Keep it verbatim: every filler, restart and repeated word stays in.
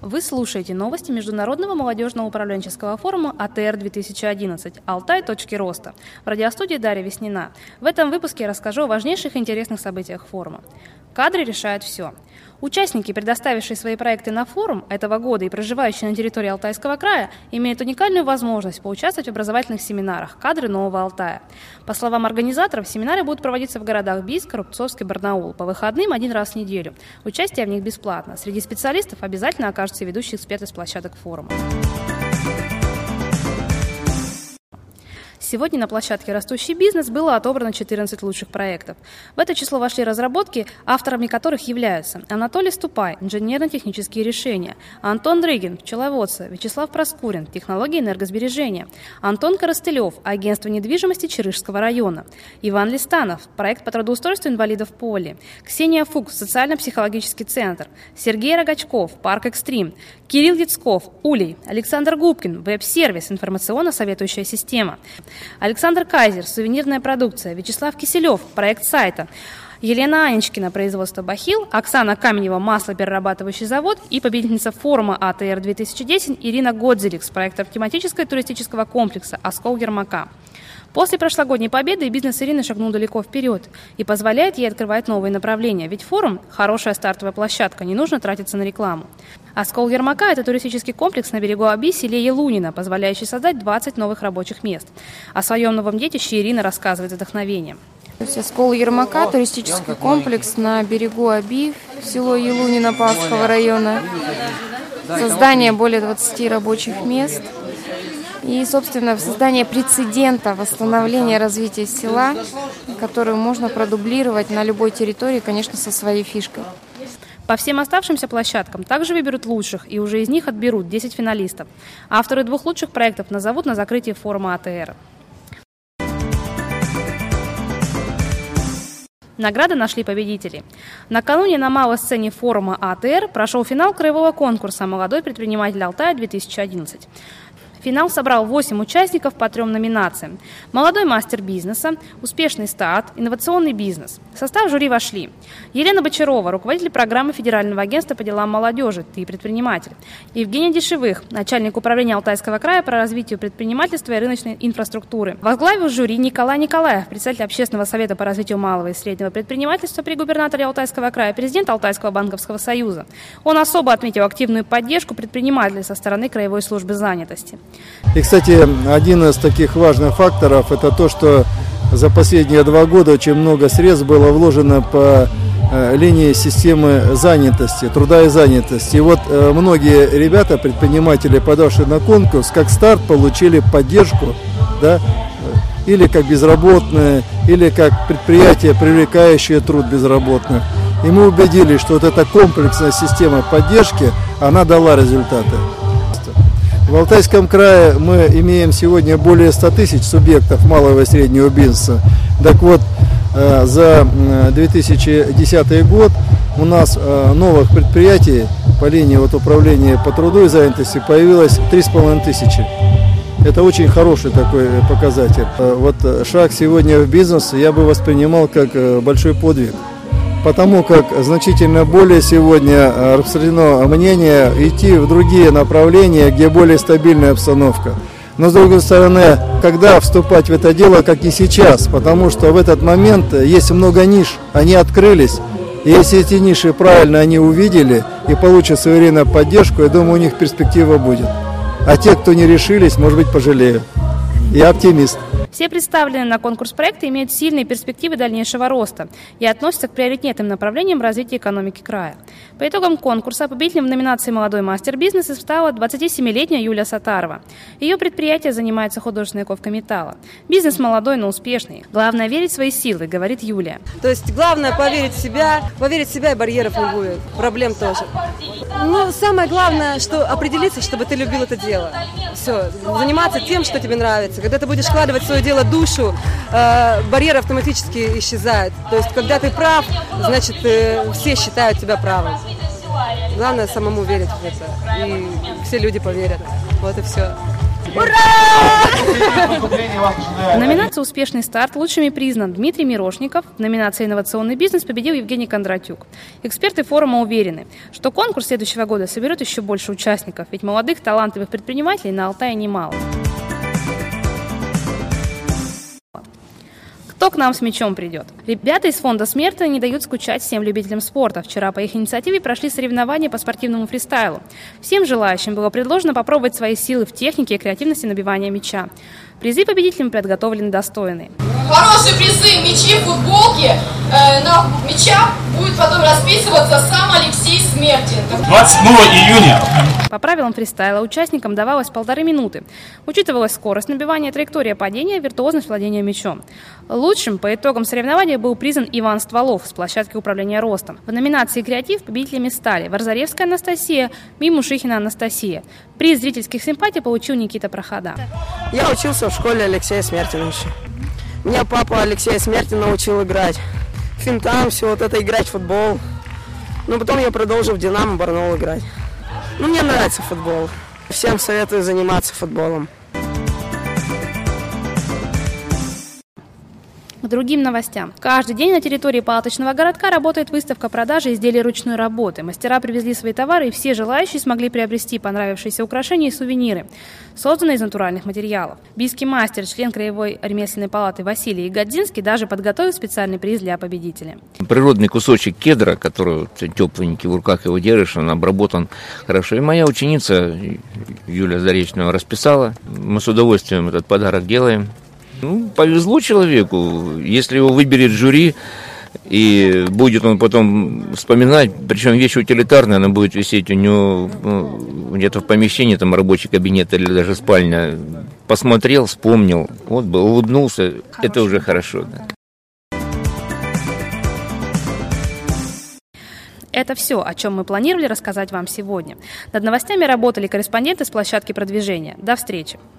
Вы слушаете новости Международного молодежного управленческого форума А Т Р две тысячи одиннадцать «Алтай. Точки роста». В радиостудии Дарья Веснина. В этом выпуске я расскажу о важнейших и интересных событиях форума. Кадры решают все. Участники, предоставившие свои проекты на форум этого года и проживающие на территории Алтайского края, имеют уникальную возможность поучаствовать в образовательных семинарах «Кадры Нового Алтая». По словам организаторов, семинары будут проводиться в городах Бийск, Рубцовск и Барнаул по выходным один раз в неделю. Участие в них бесплатно. Среди специалистов обязательно окажутся ведущие эксперты с площадок форума. Сегодня на площадке «Растущий бизнес» было отобрано четырнадцать лучших проектов. В это число вошли разработки, авторами которых являются Анатолий Ступай, инженерно-технические решения, Антон Дрыгин, пчеловодство, Вячеслав Проскурин, технологии энергосбережения, Антон Коростылев, агентство недвижимости Чарышского района, Иван Листанов, проект по трудоустройству инвалидов поли, Ксения Фукс, социально-психологический центр, Сергей Рогачков, парк «Экстрим», Кирилл Яцков, Улей, Александр Губкин, веб-сервис, информационно-советующая система, Александр Кайзер, сувенирная продукция, Вячеслав Киселев, проект сайта, Елена Анечкина, производство «Бахил», Оксана Каменева, маслоперерабатывающий завод и победительница форума А Т Р две тысячи десять Ирина Годзелик с проекта тематического туристического комплекса «Оскол Ермака». После прошлогодней победы бизнес Ирины шагнул далеко вперед и позволяет ей открывать новые направления, ведь форум – хорошая стартовая площадка, не нужно тратиться на рекламу. «Оскол Ермака» – это туристический комплекс на берегу Оби, селе Елунина, позволяющий создать двадцать новых рабочих мест. О своем новом детище Ирина рассказывает с вдохновением. «Оскол Ермака» – туристический комплекс на берегу Оби, село Елунина Павловского района. Создание более двадцати рабочих мест. И, собственно, создание прецедента восстановления и развития села, которую можно продублировать на любой территории, конечно, со своей фишкой. По всем оставшимся площадкам также выберут лучших, и уже из них отберут десять финалистов. Авторы двух лучших проектов назовут на закрытии форума А Т Р. Награды нашли победителей. Накануне на малой сцене форума А Т Р прошел финал краевого конкурса «Молодой предприниматель Алтая две тысячи одиннадцать». Финал собрал восемь участников по трем номинациям. Молодой мастер бизнеса, успешный старт, инновационный бизнес. В состав жюри вошли Елена Бочарова, руководитель программы Федерального агентства по делам молодежи «Ты предприниматель», Евгений Дешевых, начальник управления Алтайского края по развитию предпринимательства и рыночной инфраструктуры. Возглавил жюри Николай Николаев, председатель Общественного совета по развитию малого и среднего предпринимательства при губернаторе Алтайского края, президент Алтайского банковского союза. Он особо отметил активную поддержку предпринимателей со стороны краевой службы занятости. И, кстати, один из таких важных факторов – это то, что за последние два года очень много средств было вложено по э, линии системы занятости, труда и занятости. И вот э, многие ребята, предприниматели, подавшие на конкурс, как старт получили поддержку, да, или как безработные, или как предприятия, привлекающие труд безработных. И мы убедились, что вот эта комплексная система поддержки, она дала результаты. В Алтайском крае мы имеем сегодня более ста тысяч субъектов малого и среднего бизнеса. Так вот, за две тысячи десятый год у нас новых предприятий по линии вот управления по труду и занятости появилось три с половиной тысячи. Это очень хороший такой показатель. Вот шаг сегодня в бизнес я бы воспринимал как большой подвиг. Потому как значительно более сегодня распространено мнение идти в другие направления, где более стабильная обстановка. Но с другой стороны, когда вступать в это дело, как и сейчас, потому что в этот момент есть много ниш, они открылись. И если эти ниши правильно они увидели и получат суверенную поддержку, я думаю, у них перспектива будет. А те, кто не решились, может быть, пожалеют. Я оптимист. Все представленные на конкурс проекты имеют сильные перспективы дальнейшего роста и относятся к приоритетным направлениям развития экономики края. По итогам конкурса победителем в номинации «Молодой мастер бизнеса» стала двадцатисемилетняя Юлия Сатарова. Ее предприятие занимается художественной ковкой металла. Бизнес молодой, но успешный. Главное – верить в свои силы, говорит Юлия. То есть главное – поверить в себя, поверить в себя, и барьеров не будет, проблем тоже. Ну, самое главное, что определиться, чтобы ты любил это дело. Все, заниматься тем, что тебе нравится. Когда ты будешь вкладывать в свое дело душу, э, барьеры автоматически исчезают. То есть, когда ты прав, значит, э, все считают тебя правым. Главное самому верить в это, и все люди поверят. Вот и все. В номинации «Успешный старт» лучшими признан Дмитрий Мирошников. В номинации «Инновационный бизнес» победил Евгений Кондратюк. Эксперты форума уверены, что конкурс следующего года соберет еще больше участников, ведь молодых талантливых предпринимателей на Алтае немало. Кто к нам с мячом придет? Ребята из фонда Смертона не дают скучать всем любителям спорта. Вчера по их инициативе прошли соревнования по спортивному фристайлу. Всем желающим было предложено попробовать свои силы в технике и креативности набивания мяча. Призы победителям подготовлены достойные. Хорошие призы, мячи, футболки. Э, на мячах будет потом расписываться сам Алексей Смертин. двадцать седьмого июня. По правилам фристайла участникам давалось полторы минуты. Учитывалась скорость набивания, траектория падения, виртуозность владения мячом. Лучшим по итогам соревнования был признан Иван Стволов с площадки управления ростом. В номинации «Креатив» победителями стали Варзаревская Анастасия, Мимушихина Анастасия. Приз зрительских симпатий получил Никита Прохода. Я учился в школе Алексея Смертиновича. Меня папа Алексея Смертина научил играть финтам, все вот это, играть в футбол. Но потом я продолжил в «Динамо» Барнаул играть. Ну, мне нравится футбол. Всем советую заниматься футболом. К другим новостям. Каждый день на территории палаточного городка работает выставка продажи изделий ручной работы. Мастера привезли свои товары, и все желающие смогли приобрести понравившиеся украшения и сувениры, созданные из натуральных материалов. Бийский мастер, член Краевой ремесленной палаты Василий Ягодзинский даже подготовил специальный приз для победителя. Природный кусочек кедра, который вот, тепленький, в руках его держишь, он обработан хорошо. И моя ученица Юлия Заречного расписала. Мы с удовольствием этот подарок делаем. Ну, повезло человеку, если его выберет жюри, и будет он потом вспоминать, причем вещь утилитарная, она будет висеть у него ну, где-то в помещении, там рабочий кабинет или даже спальня. Посмотрел, вспомнил, вот бы улыбнулся, хорошо. Это уже хорошо. Да. Это все, о чем мы планировали рассказать вам сегодня. Над новостями работали корреспонденты с площадки продвижения. До встречи!